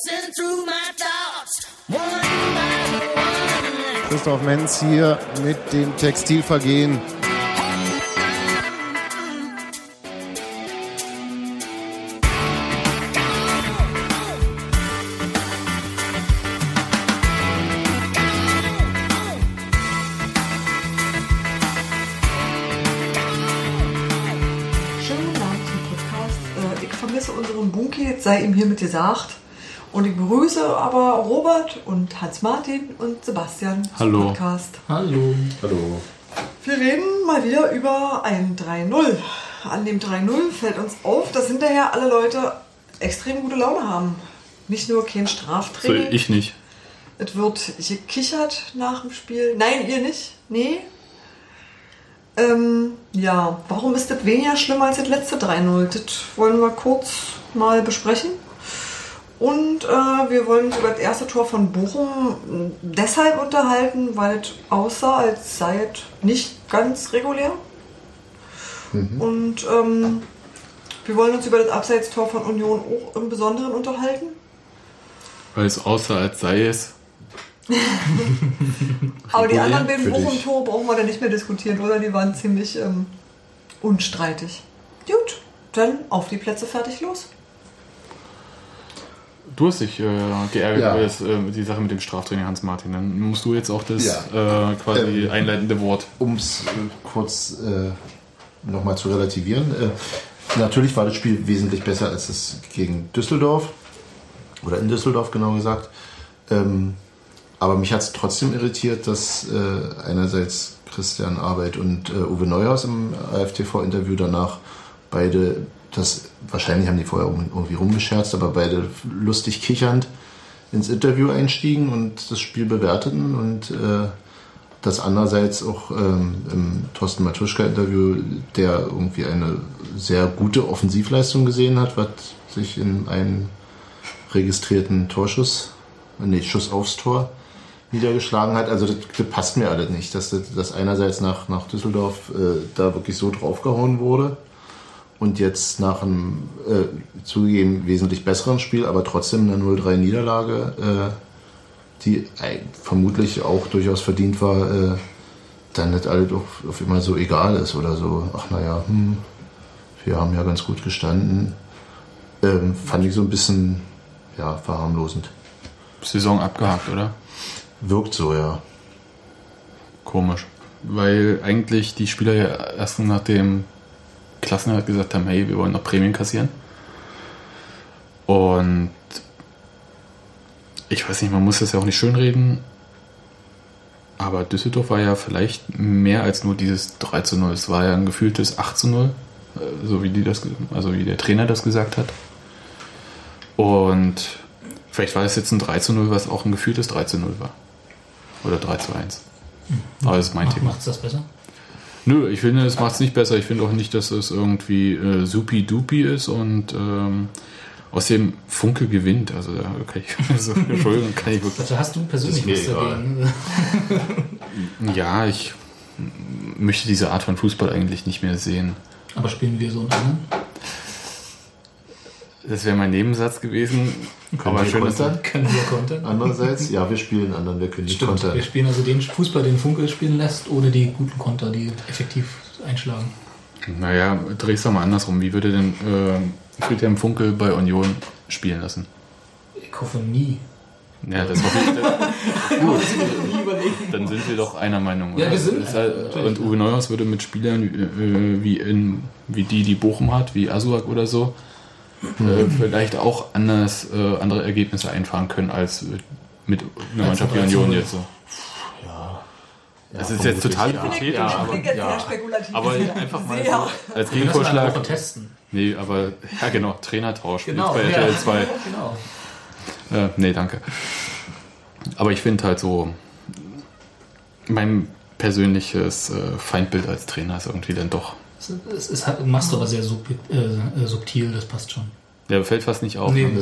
Christoph Menz hier mit dem Textilvergehen. Sei ihm hiermit gesagt. Und ich begrüße aber Robert und Hans-Martin und Sebastian zum Podcast. Hallo. Hallo. Wir reden mal wieder über ein 3-0. An dem 3-0 fällt uns auf, dass hinterher alle Leute extrem gute Laune haben. Nicht nur kein Straftraining. So, ich nicht. Es wird gekichert nach dem Spiel. Nein, ihr nicht? Nee? Ja, warum ist das weniger schlimm als das letzte 3-0? Das wollen wir kurz mal besprechen. Und wir wollen uns über das erste Tor von Bochum deshalb unterhalten, weil es aussah, als sei es nicht ganz regulär. Und wir wollen uns über das Abseitstor von Union auch im Besonderen unterhalten. Weil es aussah, als sei es. Aber die anderen beiden Bochum-Tore brauchen wir dann nicht mehr diskutieren, oder? Die waren ziemlich unstreitig. Gut, dann auf die Plätze, fertig, los. Du hast dich geärgert über die Sache mit dem Straftraining, Hans-Martin. Dann musst du jetzt auch das quasi einleitende Wort. Um es kurz nochmal zu relativieren. Natürlich war das Spiel wesentlich besser als es gegen Düsseldorf. Oder in Düsseldorf genau gesagt. Aber mich hat es trotzdem irritiert, dass einerseits Christian Arbeit und Uwe Neuhaus im AfTV-Interview danach beide, wahrscheinlich haben die vorher irgendwie rumgescherzt, aber beide lustig kichernd ins Interview einstiegen und das Spiel bewerteten und das andererseits auch im Thorsten Matuschka-Interview, der irgendwie eine sehr gute Offensivleistung gesehen hat, was sich in einen registrierten Schuss aufs Tor niedergeschlagen hat. Also das passt mir alles nicht, dass das einerseits nach Düsseldorf da wirklich so draufgehauen wurde und jetzt nach einem zugegeben wesentlich besseren Spiel, aber trotzdem eine 0-3 Niederlage, die vermutlich auch durchaus verdient war, dann nicht alles auf immer so egal ist oder so, ach naja, wir haben ja ganz gut gestanden. Fand ich so ein bisschen verharmlosend. Saison abgehakt, oder? Wirkt so, ja. Komisch. Weil eigentlich die Spieler ja erst nach dem Klassenerhalt gesagt haben, hey, wir wollen noch Prämien kassieren. Und ich weiß nicht, man muss das ja auch nicht schönreden, aber Düsseldorf war ja vielleicht mehr als nur dieses 3-0. Es war ja ein gefühltes 8-0, so wie wie der Trainer das gesagt hat. Und vielleicht war es jetzt ein 3-0, was auch ein gefühltes 3-0 war. Oder 3-1. Aber das ist mein Thema. Macht es das besser? Nö, ich finde, es macht es nicht besser. Ich finde auch nicht, dass es irgendwie supi-dupi ist und außerdem Funke gewinnt. Also da kann ich, Entschuldigung, kann ich wirklich... Also hast du persönlich was dagegen? Ja, ich möchte diese Art von Fußball eigentlich nicht mehr sehen. Aber spielen wir so einen anderen? Das wäre mein Nebensatz gewesen. Können wir kontern? Können wir kontern? Andererseits, ja, wir spielen anderen, wir können nicht kontern. Wir spielen also den Fußball, den Funke spielen lässt, ohne die guten Konter, die effektiv einschlagen. Naja, dreh es doch mal andersrum. Wie würde denn Friedhelm Funkel bei Union spielen lassen? Ich hoffe nie. Ja, das hoffe ich. Gut. Dann sind wir doch einer Meinung. Oder? Ja, wir sind. Und Uwe Neuhaus würde mit Spielern wie die Bochum hat, wie Asuak oder so, vielleicht auch andere Ergebnisse einfahren können als mit einer Mannschaft wie Union jetzt so. Das ist jetzt total hypothetisch, aber einfach mal so als Gegenvorschlag. Nee, aber ja genau, Trainertausch genau, bei RTL 2. Genau. Nee, danke. Aber ich finde halt so, mein persönliches Feindbild als Trainer ist irgendwie dann doch. Machst du aber sehr subtil, das passt schon. Ja, fällt fast nicht auf. Nee,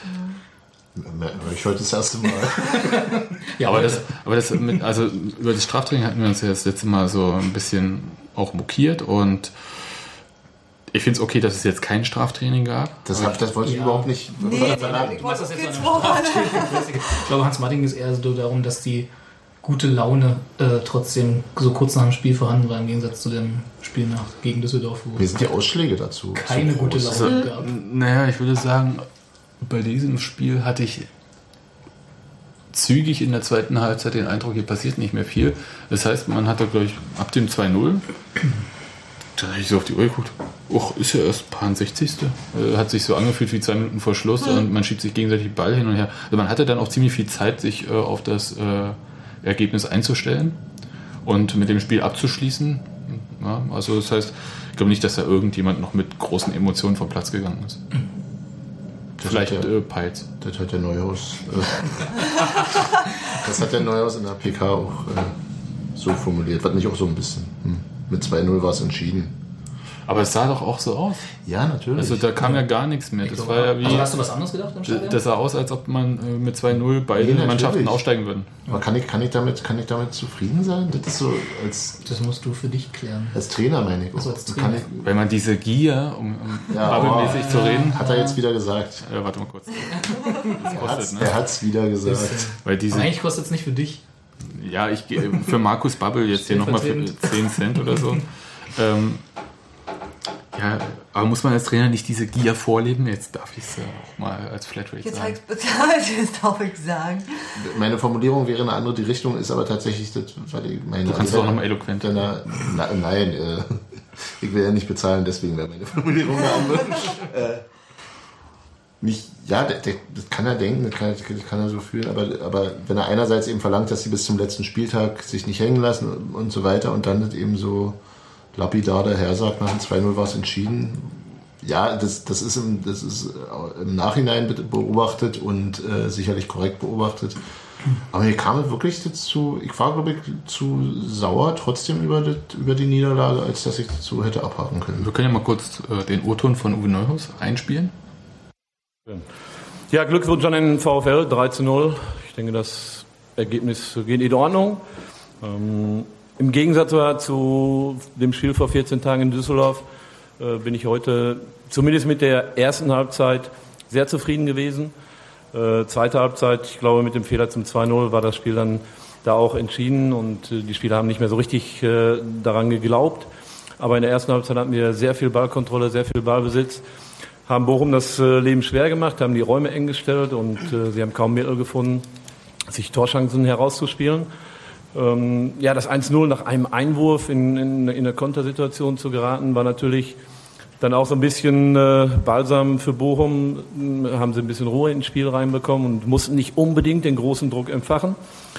ich heute das erste Mal. Ja, aber das über das Straftraining hatten wir uns ja das letzte Mal so ein bisschen auch mokiert und Ich finde es okay, dass es jetzt kein Straftraining gab. Das wollte ich überhaupt nicht. Nee, Du meinst das jetzt Ich glaube, Hans Martin ist eher so darum, dass die gute Laune trotzdem so kurz nach dem Spiel vorhanden war, im Gegensatz zu dem Spiel gegen Düsseldorf, wo Mir sind die Ausschläge dazu keine so gute groß. Laune gab. Naja, ich würde sagen, bei diesem Spiel hatte ich zügig in der zweiten Halbzeit den Eindruck, hier passiert nicht mehr viel. Das heißt, man hatte, glaube ich, ab dem 2-0, da habe ich so auf die Uhr geguckt, ist ja erst paar 60. Hat sich so angefühlt wie 2 Minuten vor Schluss und man schiebt sich gegenseitig den Ball hin und her. Also man hatte dann auch ziemlich viel Zeit, sich auf das Ergebnis einzustellen und mit dem Spiel abzuschließen. Ja, also das heißt, ich glaube nicht, dass da irgendjemand noch mit großen Emotionen vom Platz gegangen ist. Vielleicht Peitz. Das hat der Neuhaus. Das hat der Neuhaus in der PK auch so formuliert. War nicht auch so ein bisschen. Mit 2-0 war es entschieden. Aber es sah doch auch so aus. Ja, natürlich. Also da kam ja gar nichts mehr. Das war ja wie. Also hast du was anderes gedacht am Stadion? Das sah aus, als ob man mit 2-0 beide Mannschaften aussteigen würden. Aber kann ich damit zufrieden sein? Das ist so Das musst du für dich klären. als Trainer, meine ich. Also als Trainer. Weil man diese Gier, um babelmäßig zu reden. Hat er jetzt wieder gesagt. Warte mal kurz. Er hat es wieder gesagt. Weil diese, Aber eigentlich kostet es nicht für dich. ja, ich gehe für Markus Babbel jetzt hier nochmal für 10 Cent oder so. Ja, aber muss man als Trainer nicht diese Gier vorleben? Jetzt darf ich es ja auch mal als Flatrate Jetzt sagen. jetzt darf ich sagen. Meine Formulierung wäre eine andere, die Richtung ist aber tatsächlich, das war meine. Du kannst es auch nochmal eloquent. Nein, ich will ja nicht bezahlen, deswegen wäre meine Formulierung eine andere. Das kann er denken, das kann er so fühlen, aber wenn er einerseits eben verlangt, dass sie bis zum letzten Spieltag sich nicht hängen lassen und so weiter und dann eben so lapidar daher sagt, nach dem 2-0 war es entschieden. Ja, das ist im Nachhinein beobachtet und sicherlich korrekt beobachtet. Aber hier kam es wirklich dazu, ich war, glaube ich, zu sauer trotzdem über die Niederlage, als dass ich dazu hätte abhaken können. Wir können ja mal kurz den O-Ton von Uwe Neuhaus einspielen. Ja, Glückwunsch an den VfL, 3-0. Ich denke, das Ergebnis geht in Ordnung. Im Gegensatz zu dem Spiel vor 14 Tagen in Düsseldorf bin ich heute zumindest mit der ersten Halbzeit sehr zufrieden gewesen. Zweite Halbzeit, ich glaube, mit dem Fehler zum 2-0 war das Spiel dann da auch entschieden und die Spieler haben nicht mehr so richtig daran geglaubt. Aber in der ersten Halbzeit hatten wir sehr viel Ballkontrolle, sehr viel Ballbesitz, haben Bochum das Leben schwer gemacht, haben die Räume eng gestellt und sie haben kaum Mittel gefunden, sich Torchancen herauszuspielen. Das 1-0 nach einem Einwurf in eine Kontersituation zu geraten, war natürlich dann auch so ein bisschen Balsam für Bochum. Haben sie ein bisschen Ruhe ins Spiel reinbekommen und mussten nicht unbedingt den großen Druck empfachen.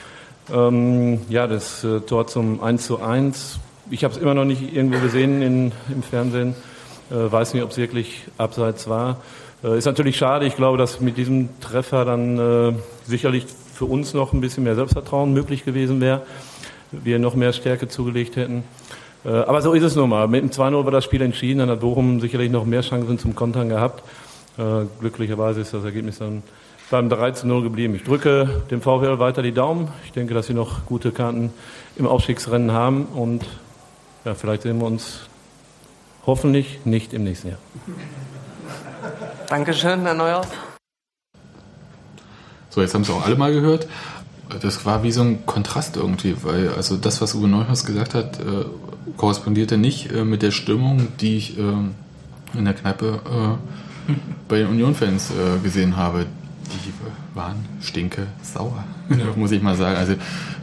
Das Tor zum 1:1. Ich habe es immer noch nicht irgendwo gesehen im Fernsehen. Weiß nicht, ob es wirklich abseits war. Ist natürlich schade. Ich glaube, dass mit diesem Treffer dann sicherlich für uns noch ein bisschen mehr Selbstvertrauen möglich gewesen wäre. Wir noch mehr Stärke zugelegt hätten. Aber so ist es nun mal. Mit dem 2-0 war das Spiel entschieden. Dann hat Bochum sicherlich noch mehr Chancen zum Kontern gehabt. Glücklicherweise ist das Ergebnis dann beim 3-0 geblieben. Ich drücke dem VfL weiter die Daumen. Ich denke, dass sie noch gute Karten im Aufstiegsrennen haben. Und vielleicht sehen wir uns hoffentlich nicht im nächsten Jahr. Dankeschön, Herr Neuhaus. So, jetzt haben es auch alle mal gehört. Das war wie so ein Kontrast irgendwie, weil also das, was Uwe Neuhaus gesagt hat, korrespondierte nicht mit der Stimmung, die ich in der Kneipe bei den Union-Fans gesehen habe. Die waren stinke sauer, muss ich mal sagen. Also,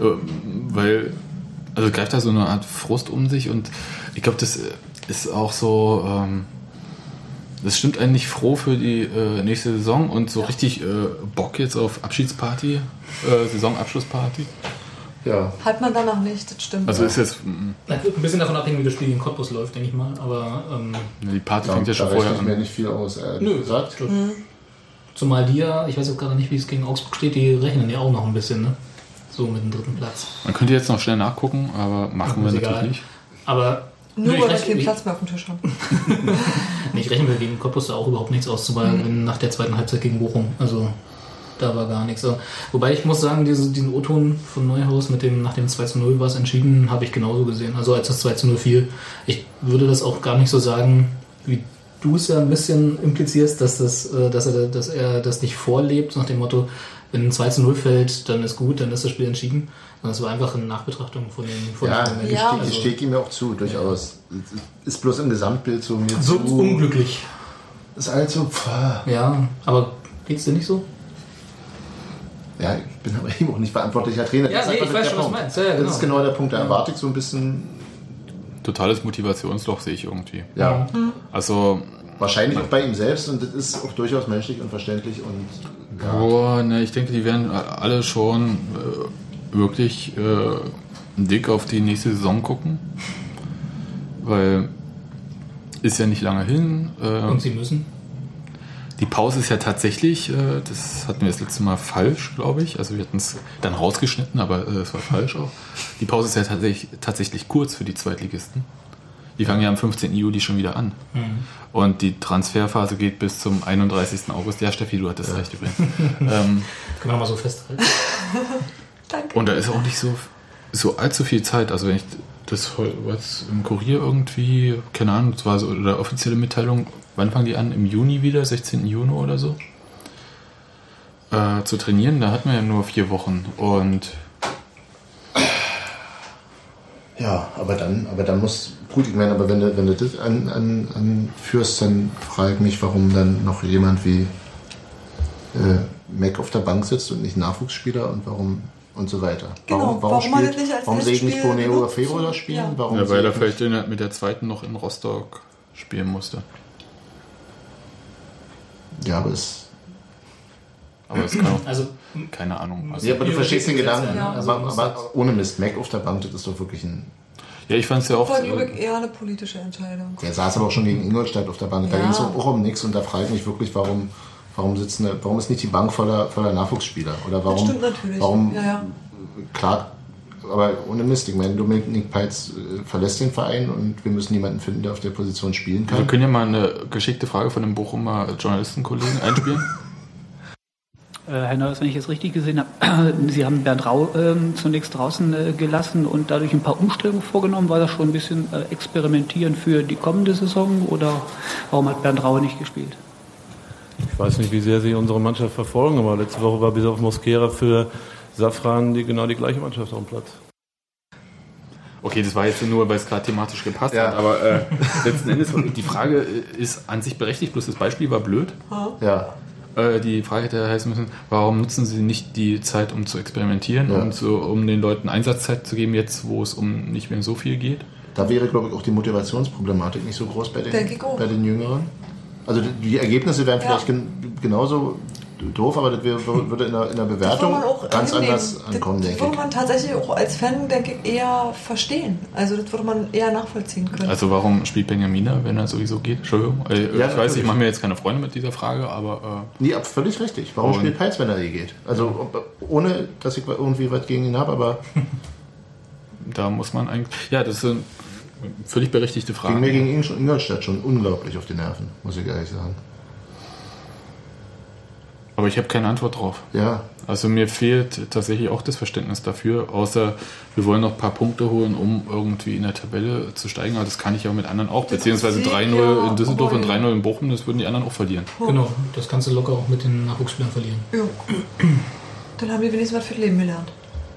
weil greift da so eine Art Frust um sich und ich glaube, das ist auch so, das stimmt einen nicht froh für die nächste Saison und so richtig Bock jetzt auf Abschiedsparty, Saisonabschlussparty. Ja. Hat man danach nicht, das stimmt. Also ist jetzt Ein bisschen davon abhängen, wie das Spiel in Cottbus läuft, denke ich mal. Aber die Party fängt ja schon da vorher rechne ich mir an. nicht viel aus. Nö, gesagt. Zumal die ja, ich weiß jetzt gerade nicht, wie es gegen Augsburg steht, die rechnen ja auch noch ein bisschen, ne? So mit dem dritten Platz. Man könnte jetzt noch schnell nachgucken, aber machen wir natürlich nicht. Aber Nur weil wir keinen Platz mehr auf dem Tisch haben. Ich rechne mir gegen Cottbus da auch überhaupt nichts aus, zumal nach der zweiten Halbzeit gegen Bochum. Also da war gar nichts. Wobei ich muss sagen, diesen O-Ton von Neuhaus nach dem 2-0 war es entschieden, habe ich genauso gesehen. Also als das 2-0 fiel. Ich würde das auch gar nicht so sagen, wie du es ja ein bisschen implizierst, dass er das nicht vorlebt, nach dem Motto, wenn ein 2:0 fällt, dann ist gut, dann ist das Spiel entschieden. Das war einfach eine Nachbetrachtung von dem ich stehe ihm ja auch zu, durchaus. Ist bloß im Gesamtbild so mir so zu unglücklich. Ist halt so. Ja, aber geht's dir nicht so? Ja, ich bin aber eben auch nicht verantwortlicher Trainer. Ja, ich weiß schon, was du meinst. Ja, genau. Das ist genau der Punkt, da erwarte ich so ein bisschen. Totales Motivationsloch sehe ich irgendwie. Ja. Also. Wahrscheinlich auch bei ihm selbst und das ist auch durchaus menschlich und verständlich und. Ich denke, die werden alle schon wirklich dick auf die nächste Saison gucken. Weil ist ja nicht lange hin. Und sie müssen? Die Pause ist ja tatsächlich, das hatten wir das letzte Mal falsch, glaube ich. Also wir hatten es dann rausgeschnitten, aber es war falsch auch. Die Pause ist ja tatsächlich kurz für die Zweitligisten. Die fangen ja am 15. Juli schon wieder an. Mhm. Und die Transferphase geht bis zum 31. August. Ja, Steffi, du hattest recht übrigens. Können wir mal so festhalten. Danke. Und da ist auch nicht so allzu viel Zeit. Also wenn ich das was im Kurier irgendwie, keine Ahnung, das war so eine offizielle Mitteilung, wann fangen die an? Im Juni wieder, 16. Juni oder so? Zu trainieren, da hatten wir ja nur 4 Wochen. Und ja, aber dann muss, gut, ich meine, aber wenn du das anführst, dann frage ich mich, warum dann noch jemand wie Mac auf der Bank sitzt und nicht Nachwuchsspieler und warum und so weiter. Genau, warum sehe ich nicht Borneo oder Februar spielen? Ja. Warum weil er vielleicht mit der zweiten noch in Rostock spielen musste. Ja, aber es kann auch, also, keine Ahnung. Also, ja, aber du verstehst den Gedanken. Ja. Aber ohne Mist, Mac auf der Bank, das ist doch wirklich ein... Ja, ich fand es ja auch... Das war eher eine politische Entscheidung. Der saß aber auch schon gegen Ingolstadt auf der Bank. Da ging es auch um nichts und da frage ich mich wirklich, warum ist nicht die Bank voller Nachwuchsspieler? Oder warum, das stimmt natürlich. Klar, aber ohne Mist. Ich meine, Dominik Peitz verlässt den Verein und wir müssen jemanden finden, der auf der Position spielen kann. Wir können ja mal eine geschickte Frage von einem Bochumer Journalistenkollegen einspielen. Herr Neuers, wenn ich es richtig gesehen habe, Sie haben Bernd Rau zunächst draußen gelassen und dadurch ein paar Umstellungen vorgenommen. War das schon ein bisschen experimentieren für die kommende Saison oder warum hat Bernd Rau nicht gespielt? Ich weiß nicht, wie sehr Sie unsere Mannschaft verfolgen, aber letzte Woche war bis auf Mosquera für Safran genau die gleiche Mannschaft auf dem Platz. Okay, das war jetzt nur, weil es gerade thematisch gepasst hat, aber letzten Endes, die Frage ist an sich berechtigt, bloß das Beispiel war blöd. Ja. Die Frage hätte heißen müssen, warum nutzen Sie nicht die Zeit, um zu experimentieren und um den Leuten Einsatzzeit zu geben, jetzt wo es um nicht mehr so viel geht? Da wäre, glaube ich, auch die Motivationsproblematik nicht so groß bei den Jüngeren. Also die Ergebnisse wären vielleicht genauso doof, aber das würde in der Bewertung ganz anders ankommen, denke ich. Das würde man tatsächlich auch als Fan, denke ich, eher verstehen. Also das würde man eher nachvollziehen können. Also warum spielt Benjamina, wenn er sowieso geht? Entschuldigung. Ich weiß, natürlich. Ich mache mir jetzt keine Freunde mit dieser Frage, aber... Nee, völlig richtig. Warum spielt Peitz, wenn er geht? Also ohne, dass ich irgendwie was gegen ihn habe, aber... Da muss man eigentlich... Ja, das ist eine völlig berechtigte Frage. Ging mir gegen Ingolstadt schon unglaublich auf die Nerven, muss ich ehrlich sagen. Aber ich habe keine Antwort drauf. Ja. Also mir fehlt tatsächlich auch das Verständnis dafür, außer wir wollen noch ein paar Punkte holen, um irgendwie in der Tabelle zu steigen. Aber das kann ich ja mit anderen auch. Beziehungsweise 3-0 in Düsseldorf und 3-0 in Bochum, das würden die anderen auch verlieren. Genau, das kannst du locker auch mit den Nachwuchsspielern verlieren. Ja. Dann haben die wenigstens was für das Leben gelernt.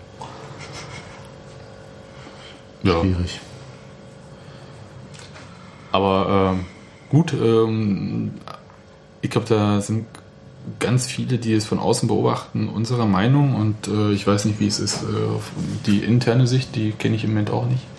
Ja. Schwierig. Aber gut, ich glaube, da sind ganz viele, die es von außen beobachten, unserer Meinung und ich weiß nicht, wie es ist. Die interne Sicht, die kenne ich im Moment auch nicht.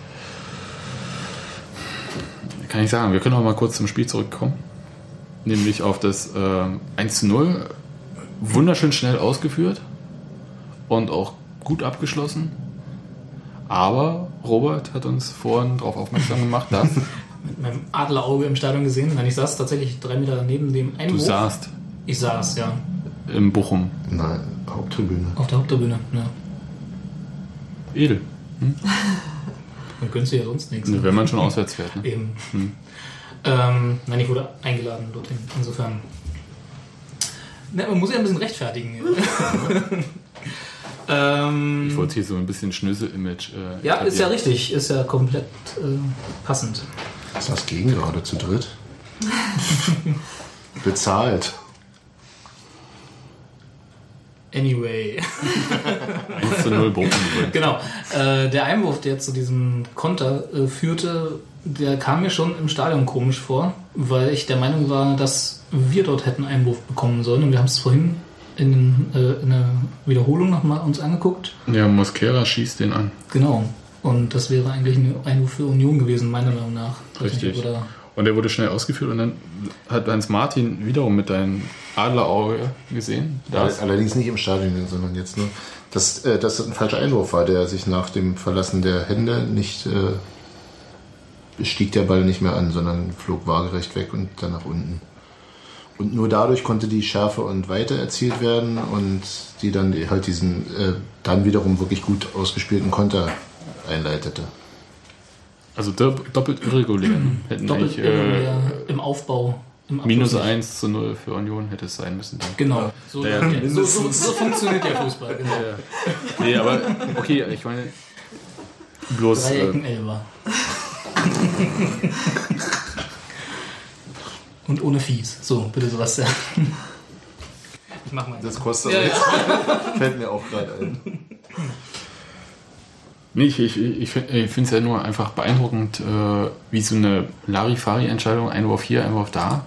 Kann ich sagen, wir können auch mal kurz zum Spiel zurückkommen. Nämlich auf das 1:0. Wunderschön schnell ausgeführt und auch gut abgeschlossen. Aber Robert hat uns vorhin darauf aufmerksam gemacht, dass... Mit meinem Adlerauge im Stadion gesehen, wenn ich saß tatsächlich 3 Meter neben dem Einwurf. Du saßt? Ich saß, ja. Im Bochum. Nein, Haupttribüne. Auf der Haupttribüne, ja. Edel. Man gönnst du ja sonst nichts. Wenn man schon auswärts fährt. Ne? Eben. Nein, ich wurde eingeladen dorthin. Insofern. Na, man muss ja ein bisschen rechtfertigen. Ich wollte hier so ein bisschen Schnösel-Image. Ja, ist ja richtig. Ist ja komplett passend. Was gegen gerade zu dritt? Bezahlt. Anyway. 1:0 Bochum. Genau. Der Einwurf, der zu diesem Konter führte, der kam mir schon im Stadion komisch vor, weil ich der Meinung war, dass wir dort hätten einen Einwurf bekommen sollen. Und wir haben es vorhin in der Wiederholung nochmal uns angeguckt. Ja, Mosquera schießt den an. Genau. Und das wäre eigentlich ein Einwurf für Union gewesen, meiner Meinung nach. Richtig. Oder Und der wurde schnell ausgeführt und dann hat Hans Martin wiederum mit deinem Adlerauge gesehen. Allerdings nicht im Stadion, sondern jetzt nur, dass das ein falscher Einwurf war, der sich nach dem Verlassen der Hände nicht stieg der Ball nicht mehr an, sondern flog waagerecht weg und dann nach unten. Und nur dadurch konnte die Schärfe und Weite erzielt werden und die dann halt diesen dann wiederum wirklich gut ausgespielten Konter einleitete. Also doppelt irregulär. Hätten doppelt irregulär im Aufbau. Im minus 1:0 für Union hätte es sein müssen. Dann. Genau. So, ja, so funktioniert der Fußball. Genau. Ja. Nee, aber okay, ich meine bloß... Dreiecken Elfer. Und ohne Fies. So, bitte Sebastian. Ich mach mal. Das kostet fällt mir auch gerade ein. Nee, ich finde es ja nur einfach beeindruckend, wie so eine Larifari-Entscheidung, Einwurf hier, Einwurf da,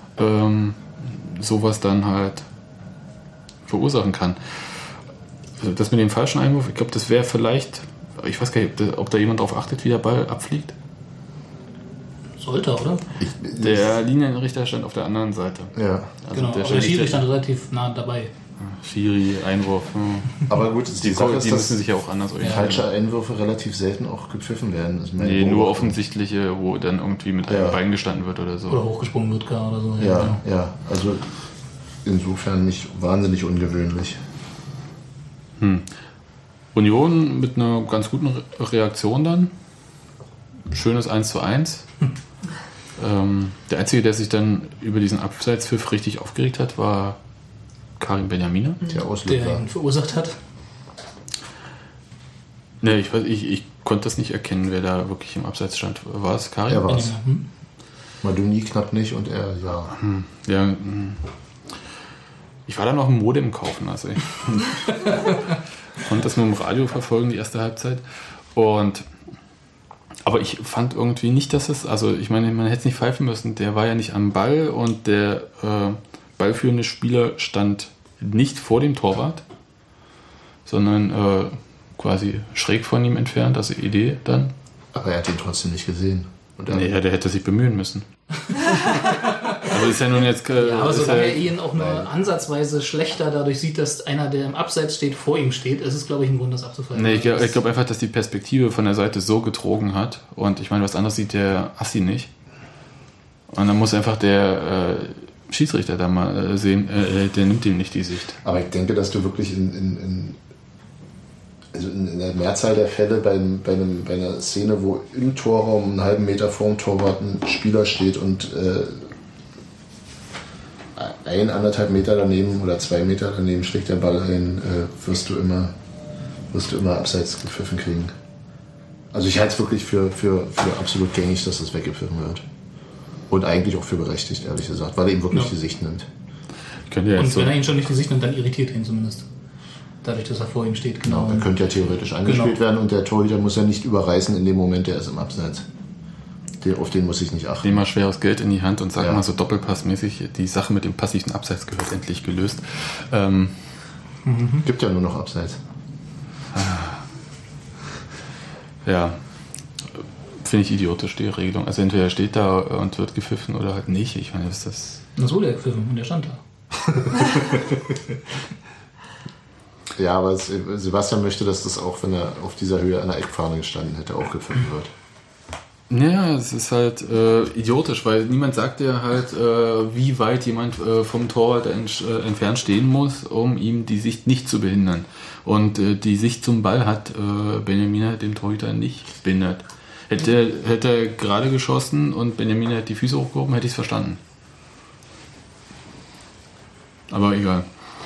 sowas dann halt verursachen kann. Also das mit dem falschen Einwurf, ich glaube, das wäre vielleicht, ich weiß gar nicht, ob da jemand drauf achtet, wie der Ball abfliegt. Sollte, oder? Der Linienrichter stand auf der anderen Seite. Ja. Also genau, aber der Schiri stand relativ nah dabei. Schiri, Einwurf. Aber gut, die Sache ist, die müssen sich ja auch anders orientieren. Falsche Einwürfe relativ selten auch gepfiffen werden. Nee, nur offensichtliche, wo dann irgendwie mit einem Bein gestanden wird oder so. Oder hochgesprungen wird gar oder so. Ja, also insofern nicht wahnsinnig ungewöhnlich. Union mit einer ganz guten Reaktion dann. Schönes 1:1. Der Einzige, der sich dann über diesen Abseitspfiff richtig aufgeregt hat, war Karim Benjamina. Der ihn verursacht hat. Ne, ich konnte das nicht erkennen, wer da wirklich im Abseits stand. War es Karim? Er war es. Maduni knapp nicht und er, ja. Ja. Ich war da noch im Modem kaufen, also ich konnte das nur im Radio verfolgen, die erste Halbzeit. Aber ich fand irgendwie nicht, dass es, also ich meine, man hätte es nicht pfeifen müssen. Der war ja nicht am Ball und der ballführende Spieler stand nicht vor dem Torwart, sondern quasi schräg von ihm entfernt, also Idee dann. Aber er hat ihn trotzdem nicht gesehen. Nee, der hätte sich bemühen müssen. Also ist ja nun jetzt... aber solange er ihn auch nur ansatzweise schlechter dadurch sieht, dass einer, der im Abseits steht, vor ihm steht, ist es, glaube ich, ein Grund, das abzufallen. Nee, ich glaube einfach, dass die Perspektive von der Seite so getrogen hat. Und ich meine, was anderes sieht der Assi nicht. Und dann muss einfach der Schiedsrichter da mal sehen, der nimmt ihm nicht die Sicht. Aber ich denke, dass du wirklich in der Mehrzahl der Fälle bei einer Szene, wo im Torraum einen halben Meter vor dem Torwart ein Spieler steht und 1,5 Meter daneben oder 2 Meter daneben schlägt der Ball ein, wirst du immer abseits gepfiffen kriegen. Also ich halte es wirklich für absolut gängig, dass das weggepfiffen wird. Und eigentlich auch für berechtigt, ehrlich gesagt, weil er ihm wirklich die Sicht nimmt. Und wenn er ihn schon nicht die Sicht nimmt, dann irritiert ihn zumindest. Dadurch, dass er vor ihm steht. Genau, er könnte ja theoretisch angespielt werden und der Torhüter muss ja nicht überreißen in dem Moment, der ist im Abseits. Auf den muss ich nicht achten. Nehm mal schweres Geld in die Hand und sag mal so doppelpassmäßig, die Sache mit dem passiven Abseits gehört endlich gelöst. Gibt ja nur noch Abseits. Ja, finde ich idiotisch, die Regelung. Also entweder er steht da und wird gepfiffen oder halt nicht. Ich meine, ist das... Das wurde ja gepfiffen und der stand da. Ja, aber Sebastian möchte, dass das auch, wenn er auf dieser Höhe an der Eckfahne gestanden hätte, auch gepfiffen wird. Ja, es ist halt idiotisch, weil niemand sagt ja halt, wie weit jemand vom Torwart entfernt stehen muss, um ihm die Sicht nicht zu behindern. Und die Sicht zum Ball hat Benjamina dem Torhüter nicht behindert. Hätte er gerade geschossen und Benjamina hätte die Füße hochgehoben, hätte ich es verstanden. Aber egal.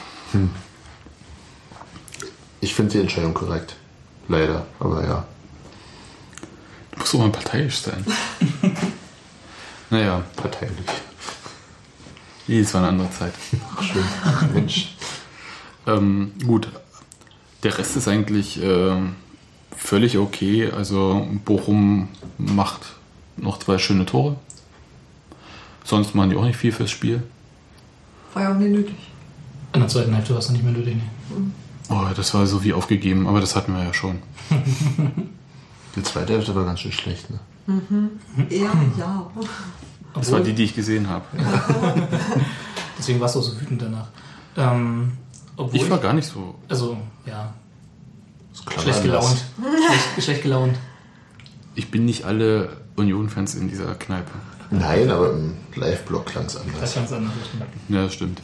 Ich finde die Entscheidung korrekt. Leider, aber ja. Du musst doch mal parteiisch sein. Naja, verteidigt. Es war eine andere Zeit. Schön. Mensch. Gut, der Rest ist eigentlich völlig okay. Also Bochum macht noch 2 schöne Tore. Sonst machen die auch nicht viel fürs Spiel. War ja auch nicht nötig. In der zweiten Hälfte war es dann nicht mehr nötig. Ne? Oh, das war so wie aufgegeben, aber das hatten wir ja schon. Die zweite Hälfte war ganz schön schlecht, ne? Ja. Das war die ich gesehen habe. Deswegen warst du auch so wütend danach. Obwohl Ich war gar nicht so. Also, ja. Das Schlecht gelaunt. Schlecht gelaunt. Ich bin nicht alle Union-Fans in dieser Kneipe. Nein, aber im Live-Blog klang es Das anders. ganz anders. Ja, das stimmt.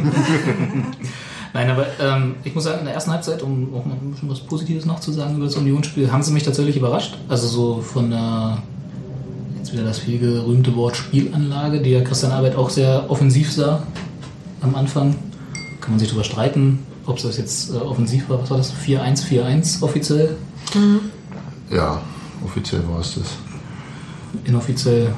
Nein, aber ich muss sagen, in der ersten Halbzeit, um auch mal ein bisschen was Positives noch zu sagen über das Unionsspiel, haben sie mich tatsächlich überrascht. Also so von der, jetzt wieder das viel gerühmte Wort Spielanlage, die ja Christian Arbeit auch sehr offensiv sah am Anfang. Kann man sich darüber streiten, ob das jetzt offensiv war. Was war das? 4-1, 4-1 offiziell? Ja, offiziell war es das. Inoffiziell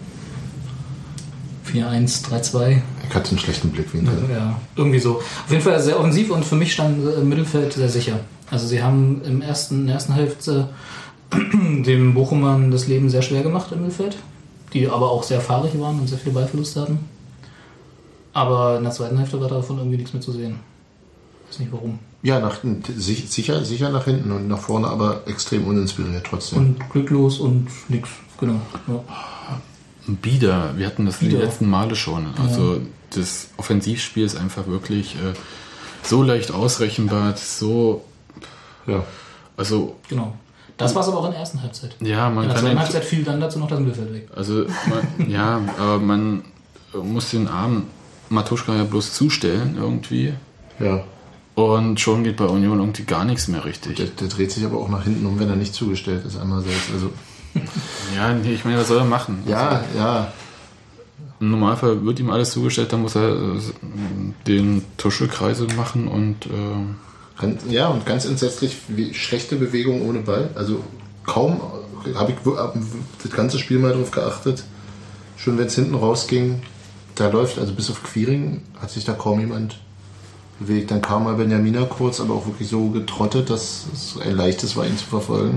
4-1, 3-2. Ich hatte einen schlechten Blickwinkel. Ja, irgendwie so. Auf jeden Fall sehr offensiv und für mich stand im Mittelfeld sehr sicher. Also sie haben in der ersten Hälfte dem Bochumern das Leben sehr schwer gemacht im Mittelfeld, die aber auch sehr fahrig waren und sehr viel Ballverlust hatten. Aber in der zweiten Hälfte war davon irgendwie nichts mehr zu sehen. Ich weiß nicht warum. Ja, sicher nach hinten und nach vorne, aber extrem uninspiriert trotzdem. Und glücklos und nix. Genau. Ja. Bieder, wir hatten das die Bieder. letzten Male schon. Also das Offensivspiel ist einfach wirklich so leicht ausrechenbar, so. Ja. Also. Genau. Das war es aber auch in der ersten Halbzeit. Ja, man in der kann. zweiten Halbzeit fiel dann dazu noch das Mittelfeld weg. Also, aber man muss den armen Matuschka ja bloß zustellen irgendwie. Ja. Und schon geht bei Union irgendwie gar nichts mehr richtig. Der dreht sich aber auch nach hinten um, wenn er nicht zugestellt ist, einmal selbst. Also, Ja, nee, ich meine, was soll er machen? ja. Im Normalfall wird ihm alles zugestellt, dann muss er den Tuschelkreisel machen und Ja, und ganz entsetzlich schlechte Bewegung ohne Ball. Also kaum habe ich das ganze Spiel mal drauf geachtet. Schon wenn es hinten rausging, da läuft, also bis auf Quiring, hat sich da kaum jemand bewegt. Dann kam mal Benjamina kurz, aber auch wirklich so getrottet, dass es ein leichtes war, ihn zu verfolgen.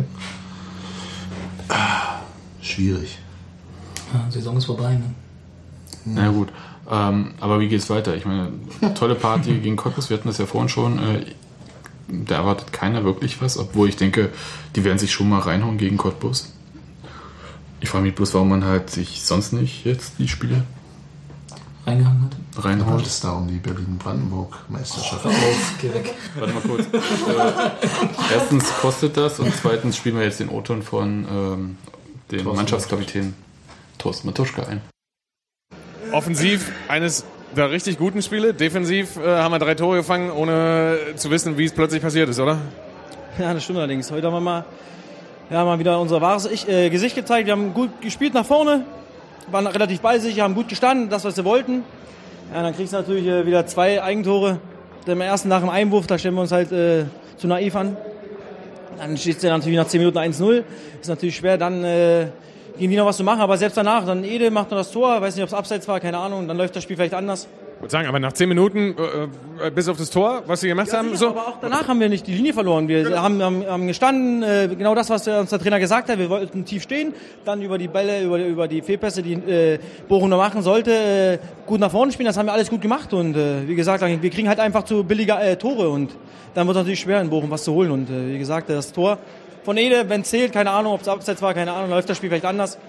Schwierig. Ja, die Saison ist vorbei, ne? na gut. Aber wie geht's weiter? Ich meine, tolle Party gegen Cottbus, wir hatten das ja vorhin schon. Da erwartet keiner wirklich was, obwohl ich denke, die werden sich schon mal reinhauen gegen Cottbus. Ich frage mich bloß, warum man halt sich sonst nicht jetzt die Spiele Reingehangen hat. Da reinhaut. geht es da um die Berlin-Brandenburg-Meisterschaft. Geh weg. Warte mal kurz. Erstens kostet das und zweitens spielen wir jetzt den O-Ton von dem Mannschaftskapitän Thorsten Matuschka ein. Offensiv eines der richtig guten Spiele. Defensiv haben wir 3 Tore gefangen, ohne zu wissen, wie es plötzlich passiert ist, oder? Ja, das stimmt allerdings. Heute haben wir mal wieder unser wahres Gesicht gezeigt. Wir haben gut gespielt nach vorne, waren relativ ballsicher, haben gut gestanden, das, was wir wollten. Ja, dann kriegst du natürlich wieder 2 Eigentore. Im ersten nach dem Einwurf, da stellen wir uns halt zu naiv an. Dann steht es ja natürlich nach 10 Minuten 1-0. Ist natürlich schwer, dann gegen die noch was zu machen. Aber selbst danach, dann Ede macht noch das Tor. Weiß nicht, ob es abseits war, keine Ahnung. Dann läuft das Spiel vielleicht anders. Ich würde sagen, aber nach 10 Minuten, bis auf das Tor, was sie gemacht haben, so. Aber auch danach haben wir nicht die Linie verloren. Wir haben gestanden, genau das, was uns der Trainer gesagt hat. Wir wollten tief stehen, dann über die Bälle, über die Fehlpässe, die Bochum noch machen sollte, gut nach vorne spielen. Das haben wir alles gut gemacht. Und wie gesagt, wir kriegen halt einfach zu billige Tore. Und dann wird es natürlich schwer, in Bochum was zu holen. Und wie gesagt, das Tor von Ede, wenn es zählt, keine Ahnung, ob es abseits war, keine Ahnung, läuft das Spiel vielleicht anders.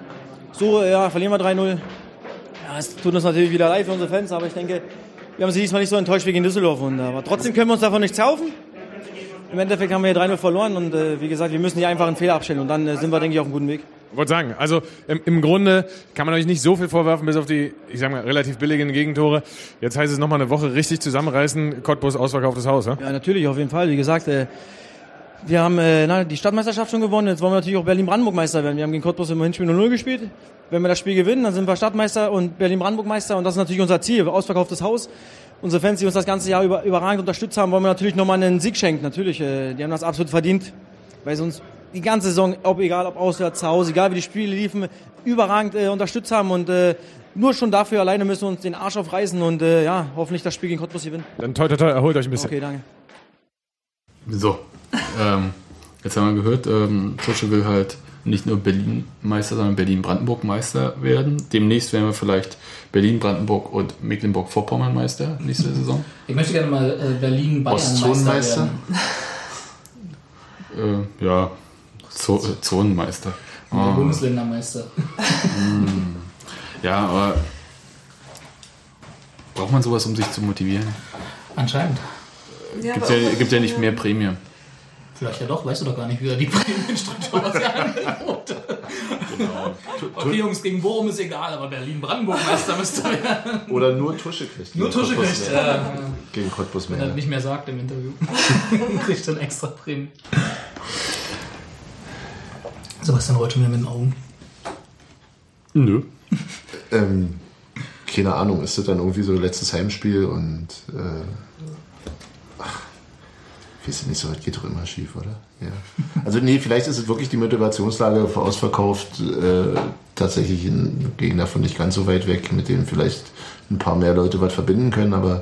So, verlieren wir 3-0. Ja, es tut uns natürlich wieder leid für unsere Fans, aber ich denke, wir haben sie diesmal nicht so enttäuscht wie gegen Düsseldorf. Aber trotzdem können wir uns davon nichts kaufen. Im Endeffekt haben wir hier 3-0 verloren und wie gesagt, wir müssen hier einfach einen Fehler abstellen und dann sind wir, denke ich, auf einem guten Weg. Ich wollte sagen, also im Grunde kann man euch nicht so viel vorwerfen, bis auf die, ich sag mal, relativ billigen Gegentore. Jetzt heißt es nochmal eine Woche richtig zusammenreißen, Cottbus ausverkauftes Haus, ja? Ja, natürlich, auf jeden Fall. Wie gesagt, wir haben die Stadtmeisterschaft schon gewonnen, jetzt wollen wir natürlich auch Berlin-Brandenburg-Meister werden. Wir haben gegen Cottbus im Hinspiel 0-0 gespielt. Wenn wir das Spiel gewinnen, dann sind wir Stadtmeister und Berlin-Brandenburg-Meister und das ist natürlich unser Ziel, ausverkauftes Haus. Unsere Fans, die uns das ganze Jahr überragend unterstützt haben, wollen wir natürlich nochmal einen Sieg schenken. Natürlich, die haben das absolut verdient, weil sie uns die ganze Saison, egal ob auswärts, zu Hause, egal wie die Spiele liefen, überragend unterstützt haben und nur schon dafür alleine müssen wir uns den Arsch aufreißen und hoffentlich das Spiel gegen Cottbus gewinnen. Dann toi, erholt euch ein bisschen. Okay, danke. So, jetzt haben wir gehört, Tusche will halt nicht nur Berlin-Meister, sondern Berlin-Brandenburg-Meister werden. Demnächst werden wir vielleicht Berlin-Brandenburg und Mecklenburg-Vorpommern-Meister nächste Saison. Ich möchte gerne mal Berlin-Bayern-Meister werden. Zonenmeister. Bundesländermeister. Ja, aber braucht man sowas, um sich zu motivieren? Anscheinend. Gibt ja nicht mehr Prämie. Vielleicht ja doch, weißt du doch gar nicht, wie da die Prämienstruktur was angeboten. Genau. Okay, Jungs, gegen Bochum ist egal, aber Berlin-Brandenburg-Meister müsste werden. Oder nur Tusche kriegt. Nur Tusche kriegt. Gegen Cottbus mehr. Wenn er nicht mehr sagt im Interview. Kriegt dann extra Prämie. Sebastian rollt schon wieder mit den Augen. Nö. Keine Ahnung, ist das dann irgendwie so letztes Heimspiel und weiß ich nicht, so weit geht doch immer schief, oder? Ja. Also nee, vielleicht ist es wirklich die Motivationslage ausverkauft, tatsächlich ein Gegner von nicht ganz so weit weg, mit dem vielleicht ein paar mehr Leute was verbinden können, aber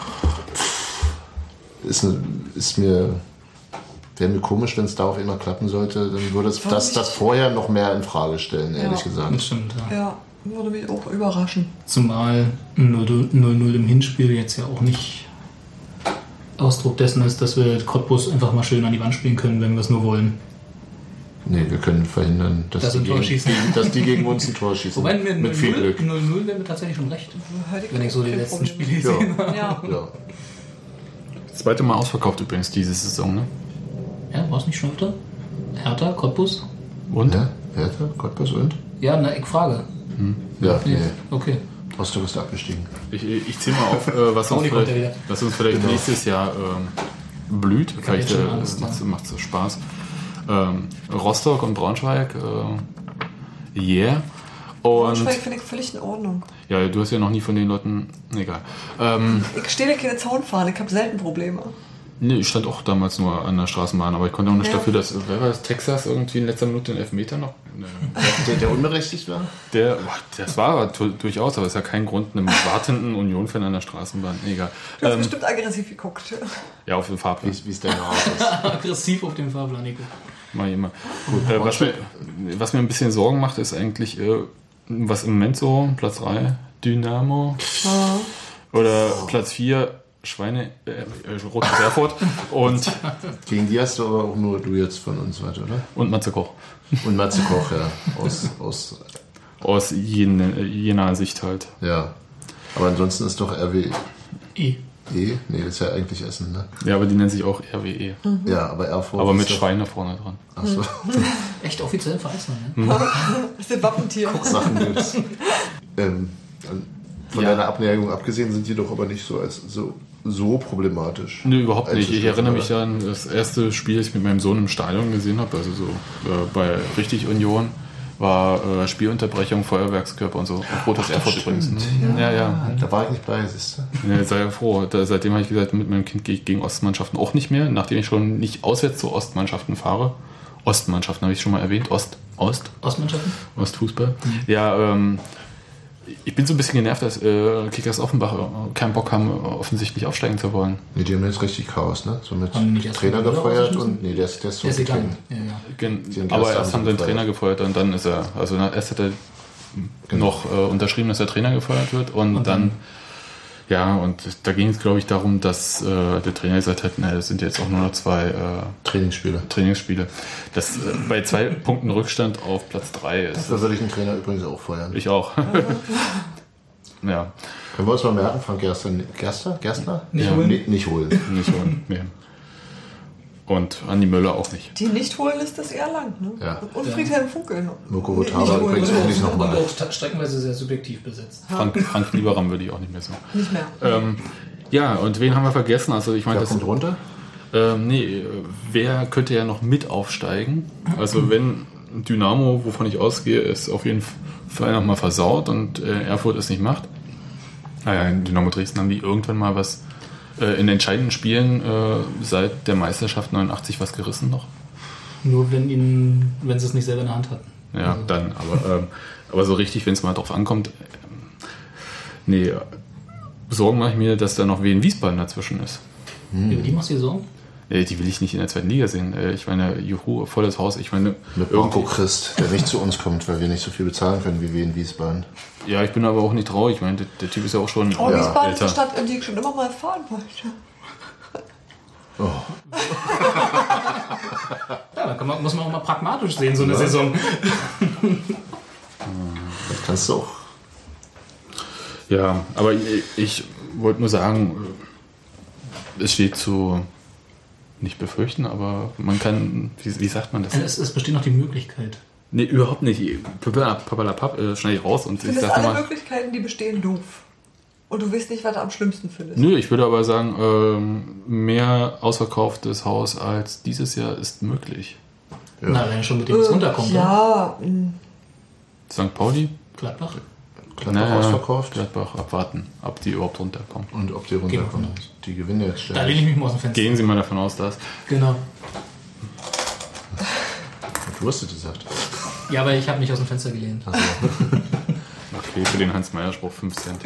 wäre mir komisch, wenn es da auf einmal klappen sollte, dann würde es das vorher noch mehr in Frage stellen, ehrlich gesagt. Das stimmt, Ja, würde mich auch überraschen. Zumal 0-0 im Hinspiel jetzt ja auch nicht Ausdruck dessen ist, dass wir Cottbus einfach mal schön an die Wand spielen können, wenn wir es nur wollen. Nee, wir können verhindern, dass die gegen uns ein Tor schießen. Wobei mit viel Glück. 0-0 wäre mir tatsächlich schon recht. Wenn ich so die letzten Spiele sehe. Ja. Das zweite Mal ausverkauft übrigens diese Saison, ne? Ja, war es nicht schon öfter? Hertha, Cottbus? Und? Ja, Hertha, Cottbus und? Ja, ich frage. Ja, nee. Okay. Rostock ist abgestiegen. Ich zähle mal auf, was uns vielleicht nächstes Jahr blüht. Vielleicht macht es Spaß. Rostock und Braunschweig, Und Braunschweig finde ich völlig in Ordnung. Ja, du hast ja noch nie von den Leuten... Egal. Ich stehe da keine Zaunfahne, ich habe selten Probleme. Nee, ich stand auch damals nur an der Straßenbahn, aber ich konnte auch nicht dafür, dass, wer war das, Texas irgendwie in letzter Minute den Elfmeter noch? Der unberechtigt war? Das war aber durchaus, aber es ist ja kein Grund, einem wartenden Union-Fan an der Straßenbahn. Egal. Du hast bestimmt aggressiv geguckt. Ja, auf dem Fahrplan. Wie es deine Haus ist. Aggressiv auf dem Fahrplan, Nico. Mal jemand. Was mir ein bisschen Sorgen macht, ist eigentlich, was im Moment so, Platz 3, Dynamo. Oder Platz 4, Rotes Erfurt. Und gegen die hast du aber auch nur du jetzt von uns weiter, oder? Und Matze Koch. Und Matze Koch, ja. Aus jener Sicht halt. Ja. Aber ansonsten ist doch RWE. Nee, das ist ja eigentlich Essen, ne? Ja, aber die nennen sich auch RWE. Ja, aber Erfurt. Aber mit Schweine vorne dran. Achso. Echt offiziell Vereinsname, ne? Das ist ein Wappentier. Sachen von deiner Abneigung abgesehen sind die doch aber nicht so problematisch. Nö, überhaupt nicht. Ich erinnere mich an das erste Spiel, das ich mit meinem Sohn im Stadion gesehen habe, also so bei richtig Union, war Spielunterbrechung, Feuerwerkskörper und so. Rotes Erfurt übrigens. Ja. Da war ich nicht bei, siehst du? Ja, sei ja froh. Seitdem habe ich gesagt, mit meinem Kind gehe ich gegen Ostmannschaften auch nicht mehr, nachdem ich schon nicht auswärts zu Ostmannschaften fahre. Ostmannschaften habe ich schon mal erwähnt. Ostmannschaften? Ostfußball. Ja, ich bin so ein bisschen genervt, dass Kickers Offenbach keinen Bock haben, offensichtlich aufsteigen zu wollen. Nee, die haben jetzt richtig Chaos, ne? So mit Trainer gefeuert und der ist so gegangen. Aber erst haben sie den Trainer gefeuert und dann ist er, also erst hat er noch unterschrieben, dass der Trainer gefeuert wird und dann ja, und da ging es, glaube ich, darum, dass der Trainer gesagt hat, es sind jetzt auch nur noch 2 Trainingsspiele. Das bei 2 Punkten Rückstand auf Platz 3 ist. Da würde ich den Trainer übrigens auch feuern. Ich auch. Ja. Können wir uns mal merken, Frank Gerstner? Nicht holen? Nicht holen. Nicht holen, nee. Und Andi Möller auch nicht. Die nicht holen ist das eher lang, ne? Ja. Und Friedhelm Funkel. Mirko Rothaber übrigens auch nicht nochmal. Und auch streckenweise sehr subjektiv besetzt. Frank Lieberram würde ich auch nicht mehr so. Nicht mehr. Ja, und wen haben wir vergessen? Also ich meine, wer kommt runter? Wer könnte ja noch mit aufsteigen? Also wenn Dynamo, wovon ich ausgehe, es auf jeden Fall nochmal versaut und Erfurt es nicht macht. Naja, in Dynamo Dresden haben die irgendwann mal was in entscheidenden Spielen seit der Meisterschaft 89 was gerissen noch. Nur wenn sie es nicht selber in der Hand hatten. Ja, also. Dann. Aber so richtig, wenn es mal drauf ankommt, nee, Sorgen mache ich mir, dass da noch Wien Wiesbaden dazwischen ist. Über die machst du dir Sorgen? Die will ich nicht in der 2. Liga sehen. Ich meine, juhu, volles Haus. Ich meine, mit Marco Christ, der nicht zu uns kommt, weil wir nicht so viel bezahlen können wie Wien Wiesbaden. Ja, ich bin aber auch nicht traurig. Ich meine, der Typ ist ja auch schon Wiesbaden ist eine Stadt, in die ich schon immer mal fahren wollte. Oh. Ja, da muss man auch mal pragmatisch sehen, so eine Saison. Das kannst du auch. Ja, aber ich wollte nur sagen, es steht zu nicht befürchten, aber man kann, wie sagt man das? Es besteht noch die Möglichkeit. Nee, überhaupt nicht. Papalapap, schneide ich raus und ich sage alle Möglichkeiten, die bestehen, doof. Und du weißt nicht, was du am schlimmsten findest. Nö, ich würde aber sagen, mehr ausverkauftes Haus als dieses Jahr ist möglich. Ja. Na, wenn schon mit dem was runterkommt. Ja. St. Pauli? Gladbach? Gladbach ausverkauft. Gladbach abwarten, ob die überhaupt runterkommen. Und ob die runterkommen. Die gewinnen jetzt ständig. Da lehne ich mich mal aus dem Fenster. Gehen Sie mal davon aus, dass. Genau. Du hast es gesagt. Ja, aber ich habe mich aus dem Fenster gelehnt. Also. Okay, für den Hans-Meyer-Spruch 5 Cent.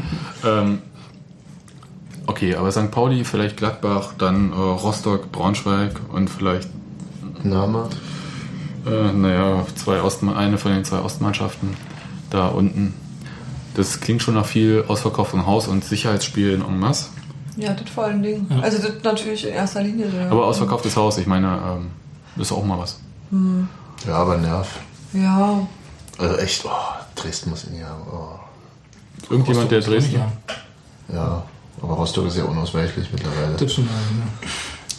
Okay, aber St. Pauli, vielleicht Gladbach, dann Rostock, Braunschweig und vielleicht Name? Naja, eine von den 2 Ostmannschaften da unten. Das klingt schon nach viel ausverkauftem Haus und Sicherheitsspielen en masse. Ja, das vor allen Dingen. Ja. Also das natürlich in erster Linie. Aber ausverkauftes Haus, ich meine, ist auch mal was. Ja, aber Nerv. Ja. Also echt, Dresden muss in die haben. Irgendjemand, der Dresden... Ja, aber Rostock ist ja unausweichlich mittlerweile. Das schon mal, ja.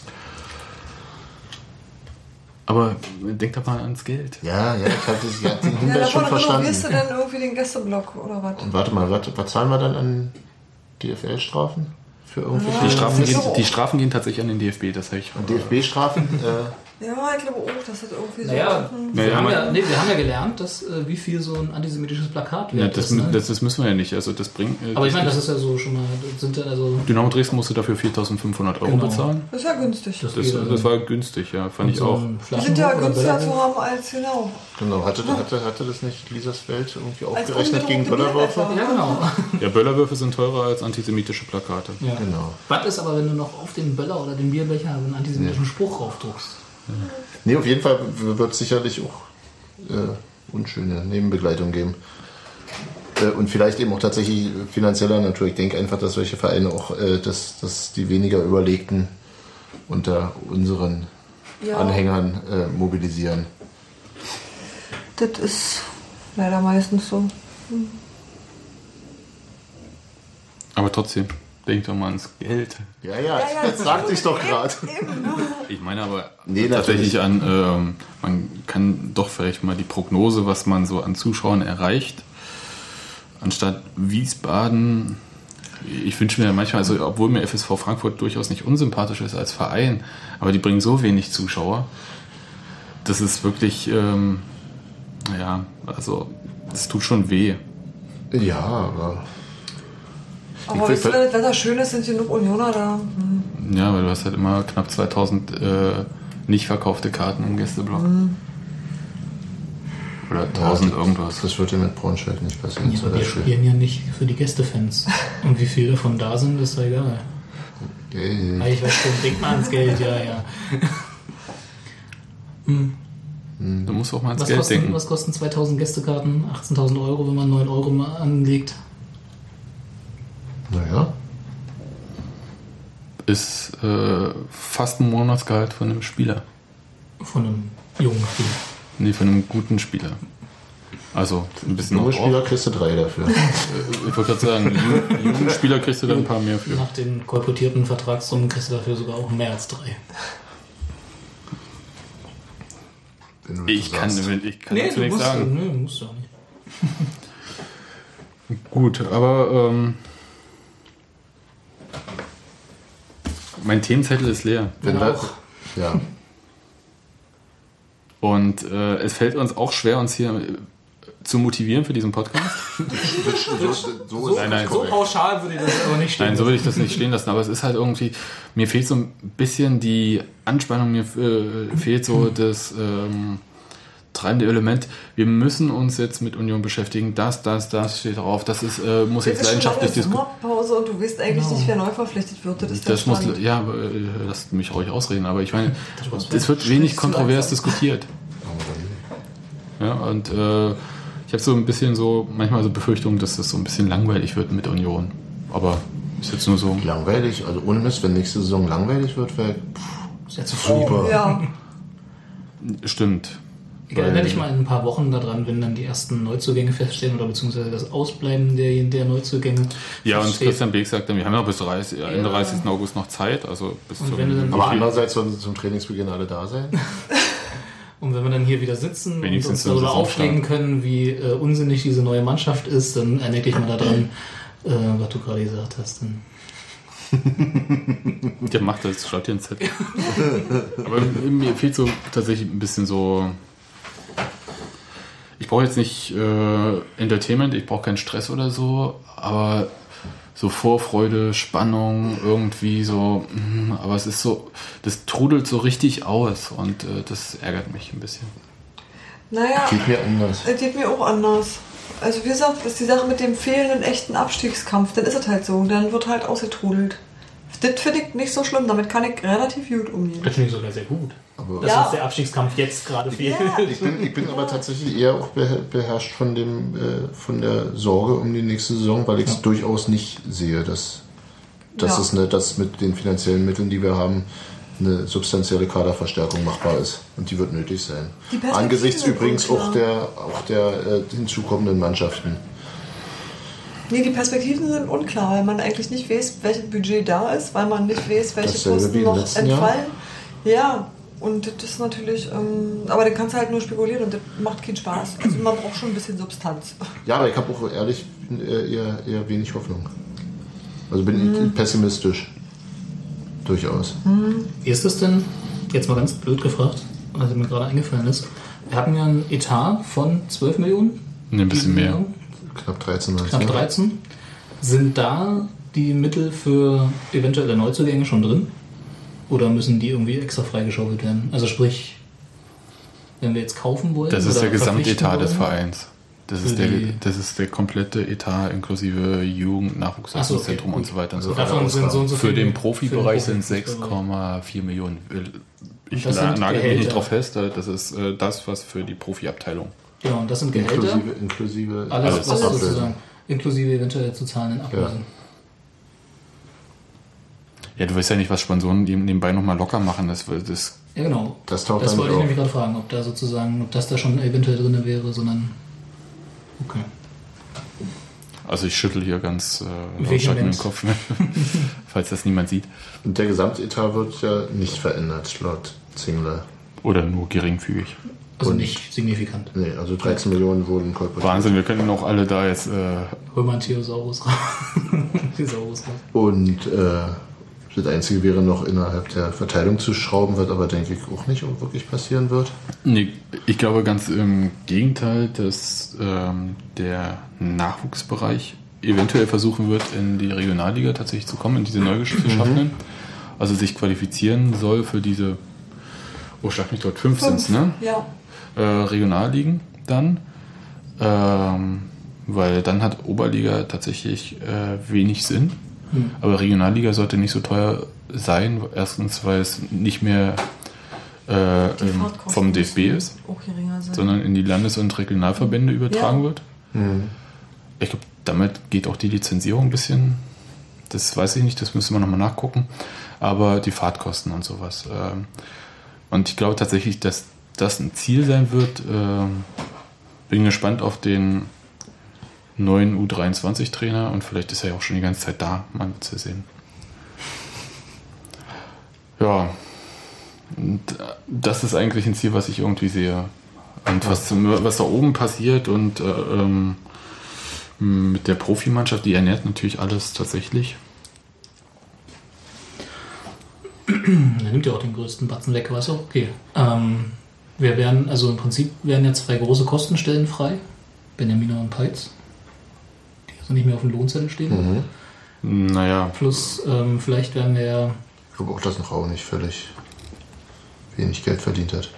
Aber denk doch mal ans Geld. Ja, ich habe den Hinweis schon verstanden. Wie du denn irgendwie den Gästeblock oder was? Und warte mal, was zahlen wir dann an DFL-Strafen? Für irgendwie Die Strafen gehen tatsächlich an den DFB, das habe ich. An DFB-Strafen? Ja, ich glaube auch, dass das irgendwie so... Wir haben ja gelernt, dass wie viel so ein antisemitisches Plakat wert ist. Ne? Das müssen wir ja nicht. Also das bringt. Aber ich meine, das ist ja so schon mal... Dynamo Dresden musste dafür 4.500 Euro bezahlen. Das ist ja günstig. Das war günstig, ja, fand ich auch. Die sind ja günstiger zu haben als genau. Genau, hatte das nicht Liesersfeld irgendwie aufgerechnet gegen Böllerwürfe? Ja, genau. Ja, Böllerwürfe sind teurer als antisemitische Plakate. Ja. Genau. Was ist aber, wenn du noch auf den Böller oder den Bierbecher einen antisemitischen Spruch raufdruckst? Nee, auf jeden Fall wird es sicherlich auch unschöne Nebenbegleitung geben. Und vielleicht eben auch tatsächlich finanzieller Natur. Ich denke einfach, dass solche Vereine auch, dass die weniger Überlegten unter unseren Anhängern mobilisieren. Das ist leider meistens so. Aber trotzdem, denk doch mal ans Geld. Ja, das sagte ich doch gerade. Ich meine aber tatsächlich an, man kann doch vielleicht mal die Prognose, was man so an Zuschauern erreicht, anstatt Wiesbaden. Ich wünsche mir manchmal, also obwohl mir FSV Frankfurt durchaus nicht unsympathisch ist als Verein, aber die bringen so wenig Zuschauer, das ist wirklich, also das tut schon weh. Ja, aber... Aber wenn das Wetter schön ist, sind genug Unioner da. Ja, weil du hast halt immer knapp 2000 nicht verkaufte Karten im Gästeblock. Oder 1000 irgendwas. Das wird ja mit Braunschweig nicht passieren. Ja, wir spielen ja nicht für die Gästefans. Und wie viele davon da sind, ist ja egal. Ich weiß schon, denk mal ans Geld, ja. Du musst auch mal ans Geld denken. Was kosten 2000 Gästekarten? 18.000 Euro, wenn man 9 Euro mal anlegt. Naja. Ist fast ein Monatsgehalt von einem Spieler. Von einem jungen Spieler. Nee, von einem guten Spieler. Also ein bisschen junge Spieler kriegst du 3 dafür. Ich wollte gerade sagen, jungen Spieler kriegst du da ein paar mehr für. Nach den kolportierten Vertragssummen kriegst du dafür sogar auch mehr als 3. Ich kann dazu nichts sagen. Nee, musst du auch nicht. Gut, aber mein Themenzettel ist leer. Ja. Und es fällt uns auch schwer, uns hier zu motivieren für diesen Podcast. So pauschal würde ich das aber nicht stehen Nein, so würde ich das nicht stehen lassen, aber es ist halt irgendwie, mir fehlt so ein bisschen die Anspannung, mir fehlt so das treibende Element. Wir müssen uns jetzt mit Union beschäftigen, das steht drauf, das ist, muss jetzt leidenschaftlich diskutieren. Sommerpause und du weißt eigentlich nicht, wer neu verpflichtet wird, das ist der Stand. Ja, lasst mich ruhig ausreden, aber ich meine, es wird wenig kontrovers diskutiert. Ja, und ich habe so ein bisschen so, manchmal so Befürchtungen, dass das so ein bisschen langweilig wird mit Union. Aber ist jetzt nur so. Langweilig? Also ohne Mist, wenn nächste Saison langweilig wird, wäre super. Ja. Stimmt. Ich erinnere dich mal in ein paar Wochen daran, wenn dann die ersten Neuzugänge feststehen oder beziehungsweise das Ausbleiben der Neuzugänge. Ja, und Christian Beek sagt dann, wir haben ja bis Ende 30. August noch Zeit. Also bis aber andererseits sollen zum Trainingsbeginn alle da sein. Und wenn wir dann hier wieder sitzen wenigstens und uns darüber aufregen können, wie unsinnig diese neue Mannschaft ist, dann erinnere ich mal daran, was du gerade gesagt hast. Der macht das, schreibt dir ein Zettel. Aber mir fehlt so tatsächlich ein bisschen so. Ich brauche jetzt nicht Entertainment, ich brauche keinen Stress oder so, aber so Vorfreude, Spannung, irgendwie so, aber es ist so, das trudelt so richtig aus und das ärgert mich ein bisschen. Naja, geht mir anders. Geht mir auch anders. Also wie gesagt, das ist die Sache mit dem fehlenden echten Abstiegskampf, dann ist es halt so, dann wird halt ausgetrudelt. Das finde ich nicht so schlimm, damit kann ich relativ gut umgehen. Das finde ich sogar sehr gut. Aber dass der Abstiegskampf jetzt gerade fehlt. Ja. Ich bin aber tatsächlich eher auch beherrscht von der Sorge um die nächste Saison, weil ich es durchaus nicht sehe, dass dass mit den finanziellen Mitteln, die wir haben, eine substanzielle Kaderverstärkung machbar ist. Und die wird nötig sein. Angesichts übrigens auch der hinzukommenden Mannschaften. Nee, die Perspektiven sind unklar, weil man eigentlich nicht weiß, welches Budget da ist, weil man nicht weiß, welche Posten noch entfallen. Ja, und das ist natürlich, aber dann kannst du halt nur spekulieren und das macht keinen Spaß. Also man braucht schon ein bisschen Substanz. Ja, aber ich habe auch ehrlich eher wenig Hoffnung. Also bin ich pessimistisch. Durchaus. Wie ist das denn, jetzt mal ganz blöd gefragt, also mir gerade eingefallen ist, wir hatten ja ein Etat von 12 Millionen. Ne, ein bisschen mehr. Knapp 13. Knapp 13. Sind da die Mittel für eventuelle Neuzugänge schon drin? Oder müssen die irgendwie extra freigeschaufelt werden? Also sprich, wenn wir jetzt kaufen wollen. Das ist oder der Gesamtetat wollen, des Vereins. Das ist der komplette Etat inklusive Jugend, Nachwuchsleistungszentrum und so weiter und so fort. Davon sind so und so für den Profibereich sind 6,4 Millionen. Ich nagel mich nicht drauf fest, das ist das, was für die Profiabteilung. Ja, und das sind Gehälter. Inklusive alles sozusagen. Inklusive eventuell zu zahlenden Ablösen. Ja, du weißt ja nicht, was Sponsoren nebenbei nochmal locker machen. Ja, genau. Das wollte ich nämlich gerade fragen, ob das da schon eventuell drin wäre, sondern. Okay. Also ich schüttel hier ganz lautstark mit dem Kopf, falls das niemand sieht. Und der Gesamtetat wird ja nicht verändert, laut Zingler. Oder nur geringfügig. Also nicht signifikant. Nee, also 13 Millionen wurden kolportiert. Wahnsinn, wir können auch alle da jetzt... Hol mal einen Theosaurus raus. Und das Einzige wäre noch innerhalb der Verteilung zu schrauben, was aber, denke ich, auch nicht wirklich passieren wird. Nee, ich glaube ganz im Gegenteil, dass der Nachwuchsbereich eventuell versuchen wird, in die Regionalliga tatsächlich zu kommen, in diese neu geschaffenen. Also sich qualifizieren soll für diese, schlag mich dort, 5 sind es, ne? Ja. Regionalligen dann. Weil dann hat Oberliga tatsächlich wenig Sinn. Aber Regionalliga sollte nicht so teuer sein. Erstens, weil es nicht mehr vom DFB ist, sondern in die Landes- und Regionalverbände übertragen wird. Ich glaube, damit geht auch die Lizenzierung ein bisschen. Das weiß ich nicht, das müssen wir nochmal nachgucken. Aber die Fahrtkosten und sowas. Und ich glaube tatsächlich, dass das ein Ziel sein wird. Bin gespannt auf den neuen U23-Trainer und vielleicht ist er ja auch schon die ganze Zeit da, mal zu sehen. Ja, und das ist eigentlich ein Ziel, was ich irgendwie sehe. Und was da oben passiert und mit der Profimannschaft, die ernährt natürlich alles tatsächlich. Er nimmt ja auch den größten Batzen weg, was auch okay. Im Prinzip werden ja 2 große Kostenstellen frei Benjamina und Peitz, die also nicht mehr auf dem Lohnzettel stehen. Naja. Plus vielleicht werden wir ja... Ich glaube auch, dass noch auch nicht völlig wenig Geld verdient hat.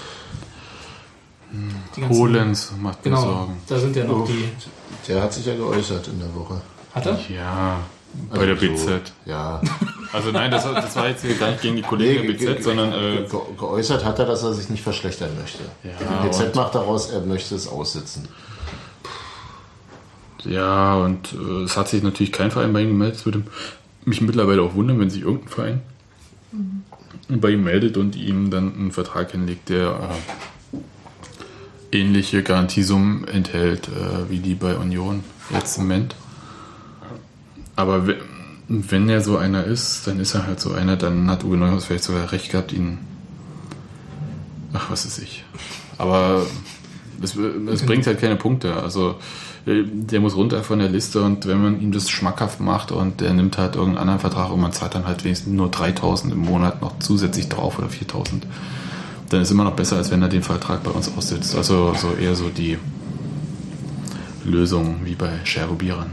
Polenz macht mir Sorgen. Da sind ja noch die... Der hat sich ja geäußert in der Woche. Hat er? Ja, bei der BZ. So, ja. Also nein, das war jetzt gar nicht gegen die Kollegen der BZ, sondern... geäußert hat er, dass er sich nicht verschlechtern möchte. Ja, die BZ macht daraus, er möchte es aussitzen. Ja, und es hat sich natürlich kein Verein bei ihm gemeldet. Es würde mich mittlerweile auch wundern, wenn sich irgendein Verein bei ihm meldet und ihm dann einen Vertrag hinlegt, der ähnliche Garantiesummen enthält wie die bei Union jetzt im Moment. Aber wenn er so einer ist, dann ist er halt so einer, dann hat Uwe Neuhaus vielleicht sogar recht gehabt, ihn... Ach, was weiß ich. Aber es bringt halt keine Punkte. Also der muss runter von der Liste und wenn man ihm das schmackhaft macht und der nimmt halt irgendeinen anderen Vertrag und man zahlt dann halt wenigstens nur 3.000 im Monat noch zusätzlich drauf oder 4.000, dann ist immer noch besser, als wenn er den Vertrag bei uns aussetzt. Also so eher so die Lösung wie bei Cherubirern.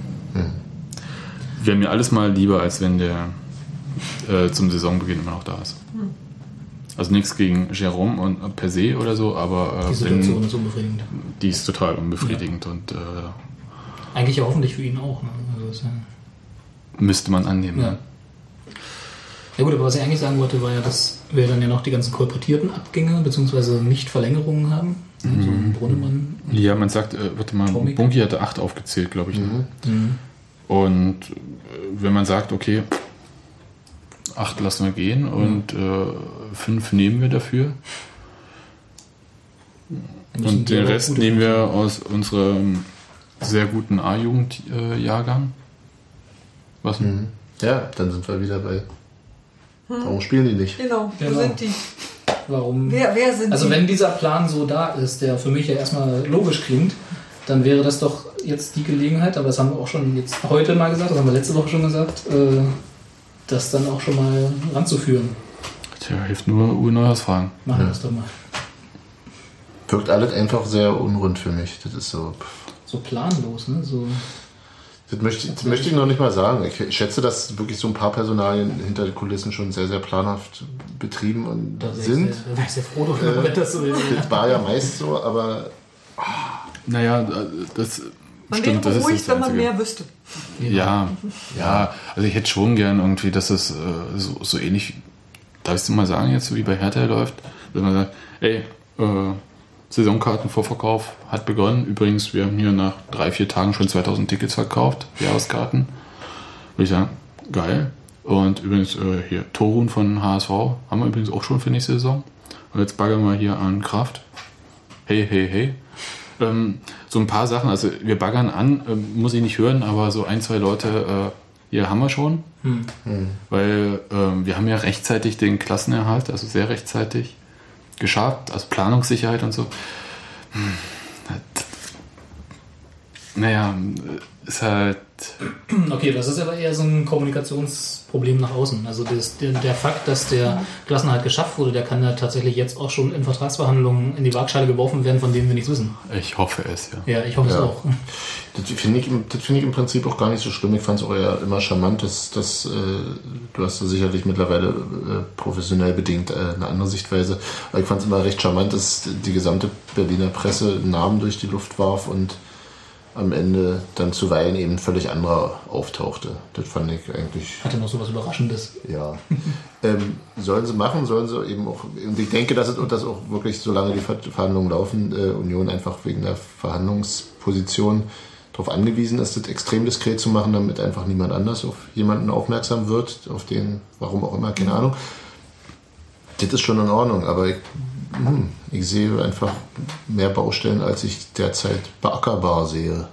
Wäre mir alles mal lieber, als wenn der zum Saisonbeginn immer noch da ist. Also nichts gegen Jérôme und per se oder so, aber die Situation ist unbefriedigend. Die ist total unbefriedigend und eigentlich ja hoffentlich für ihn auch. Ne? Also müsste man annehmen. Ja. Ja gut, aber was ich eigentlich sagen wollte, war ja, dass wir dann ja noch die ganzen kolportierten Abgänge bzw. Nicht-Verlängerungen haben. Also Brunnemann. Ja, man sagt, warte mal, Bunky hatte 8 aufgezählt, glaube ich. Ne? Und wenn man sagt, okay, 8 lassen wir gehen und 5 nehmen wir dafür. Und den Rest nehmen wir aus unserem sehr guten A-Jugend-Jahrgang. Was? Ja, dann sind wir wieder bei... Warum spielen die nicht? Genau, wo sind die? Warum? Wer sind die? Also wenn dieser Plan so da ist, der für mich ja erstmal logisch klingt, dann wäre das doch jetzt die Gelegenheit, aber das haben wir auch schon jetzt heute mal gesagt, das haben wir letzte Woche schon gesagt, das dann auch schon mal ranzuführen. Tja, hilft nur Uwe Neuhaus fragen. Machen wir das doch mal. Wirkt alles einfach sehr unrund für mich. Das ist so... So planlos, ne? So... Das möchte ich noch nicht mal sagen. Ich schätze, dass wirklich so ein paar Personalien hinter den Kulissen schon sehr, sehr planhaft betrieben und sind. Da wäre ich sehr froh, wenn das so ist. Das war ja meist so, aber... Naja, das man stimmt. wäre Das beruhigt, ist das wenn man Einzige. mehr wüsste. Ja, also ich hätte schon gern irgendwie, dass es so ähnlich, darf ich es mal sagen, jetzt so wie bei Hertha läuft, dass man sagt, ey, Saisonkartenvorverkauf hat begonnen. Übrigens, wir haben hier nach 3-4 Tagen schon 2000 Tickets verkauft, Jahreskarten. Würde ich sagen, geil. Und übrigens hier Torun von HSV haben wir übrigens auch schon für nächste Saison. Und jetzt baggern wir hier an Kraft. Hey. So ein paar Sachen, also wir baggern an, muss ich nicht hören, aber so 1-2 Leute hier haben wir schon. Weil wir haben ja rechtzeitig den Klassenerhalt, also sehr rechtzeitig geschafft, also Planungssicherheit und so. Naja, ist halt... Okay, das ist aber eher so ein Kommunikationsproblem nach außen. Also der Fakt, dass der Klassenerhalt geschafft wurde, der kann ja tatsächlich jetzt auch schon in Vertragsverhandlungen in die Waagschale geworfen werden, von denen wir nichts wissen. Ich hoffe es, ja. Ja, ich hoffe es auch. Das finde ich im Prinzip auch gar nicht so schlimm. Ich fand es auch eher immer charmant, dass du hast da sicherlich mittlerweile professionell bedingt eine andere Sichtweise, aber ich fand es immer recht charmant, dass die gesamte Berliner Presse einen Namen durch die Luft warf und am Ende dann zuweilen eben völlig anderer auftauchte. Das fand ich eigentlich... Hatte noch so was Überraschendes. Ja. Sollen sie machen, sollen sie eben auch... Und ich denke, dass das auch wirklich, solange die Verhandlungen laufen, Union einfach wegen der Verhandlungsposition darauf angewiesen ist, das extrem diskret zu machen, damit einfach niemand anders auf jemanden aufmerksam wird, auf den, warum auch immer, keine Ahnung. Das ist schon in Ordnung, aber ich sehe einfach mehr Baustellen, als ich derzeit beackerbar sehe.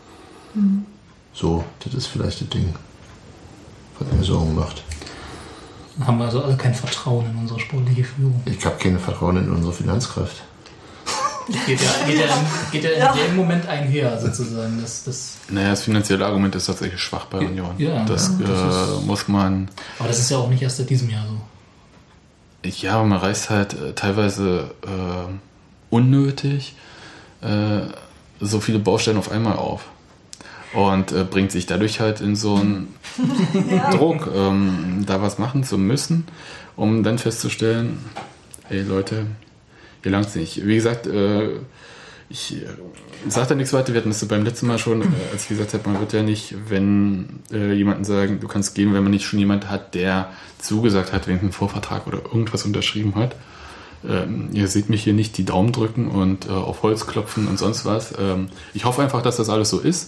So, das ist vielleicht das Ding, was mir Sorgen macht. Dann haben wir also alle kein Vertrauen in unsere sportliche Führung. Ich habe kein Vertrauen in unsere Finanzkraft. Geht ja in dem Moment einher, sozusagen. Naja, das finanzielle Argument ist tatsächlich schwach bei Union. Ja, das muss man... Aber das ist ja auch nicht erst seit diesem Jahr so. Ja, man reist halt teilweise unnötig so viele Baustellen auf einmal auf. Und bringt sich dadurch halt in so einen Druck, da was machen zu müssen, um dann festzustellen, hey Leute, hier langt's nicht. Wie gesagt, ich sage da nichts weiter. Wir hatten das beim letzten Mal schon, als ich gesagt habe, man wird ja nicht, wenn jemanden sagen, du kannst gehen, wenn man nicht schon jemand hat, der zugesagt hat, wegen einem Vorvertrag oder irgendwas unterschrieben hat. Ihr seht mich hier nicht die Daumen drücken und auf Holz klopfen und sonst was. Ich hoffe einfach, dass das alles so ist.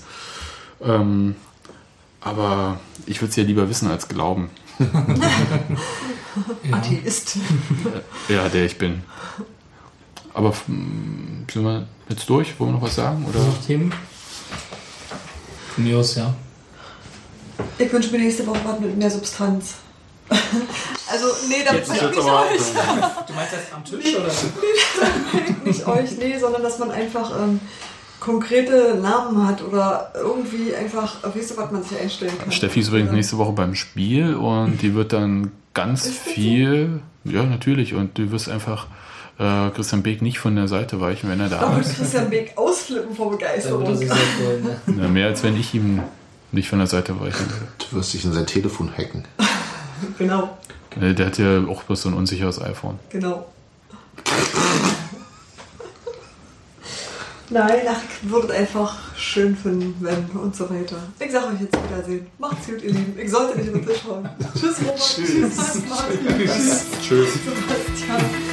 Aber ich würde es ja lieber wissen als glauben. Atheist. Ja, der ich bin. Aber sind wir jetzt durch? Wollen wir noch was sagen? Oder? Themen? Von mir aus, ja. Ich wünsche mir nächste Woche was mit mehr Substanz. Also, nee, damit meine ich nicht euch. Du meinst jetzt am Tisch, oder? Nee, nicht euch, nee, sondern dass man einfach konkrete Namen hat oder irgendwie einfach, weißt du, was man sich einstellen kann. Steffi ist übrigens nächste Woche beim Spiel und die wird dann ganz viel, ja natürlich, und du wirst einfach Christian Beek nicht von der Seite weichen, wenn er da ist. Christian Beek ausflippen vor Begeisterung. Ja, mehr als wenn ich ihm nicht von der Seite weichen würde. Du wirst dich in sein Telefon hacken. Genau. Der hat ja auch bloß so ein unsicheres iPhone. Genau. Nein, ich würde es einfach schön finden, wenn und so weiter. Ich sage euch jetzt Wiedersehen. Macht's gut, ihr Lieben. Ich sollte nicht über den Tisch hauen. Tschüss, Robert. Tschüss. Tschüss. Tschüss. Sebastian.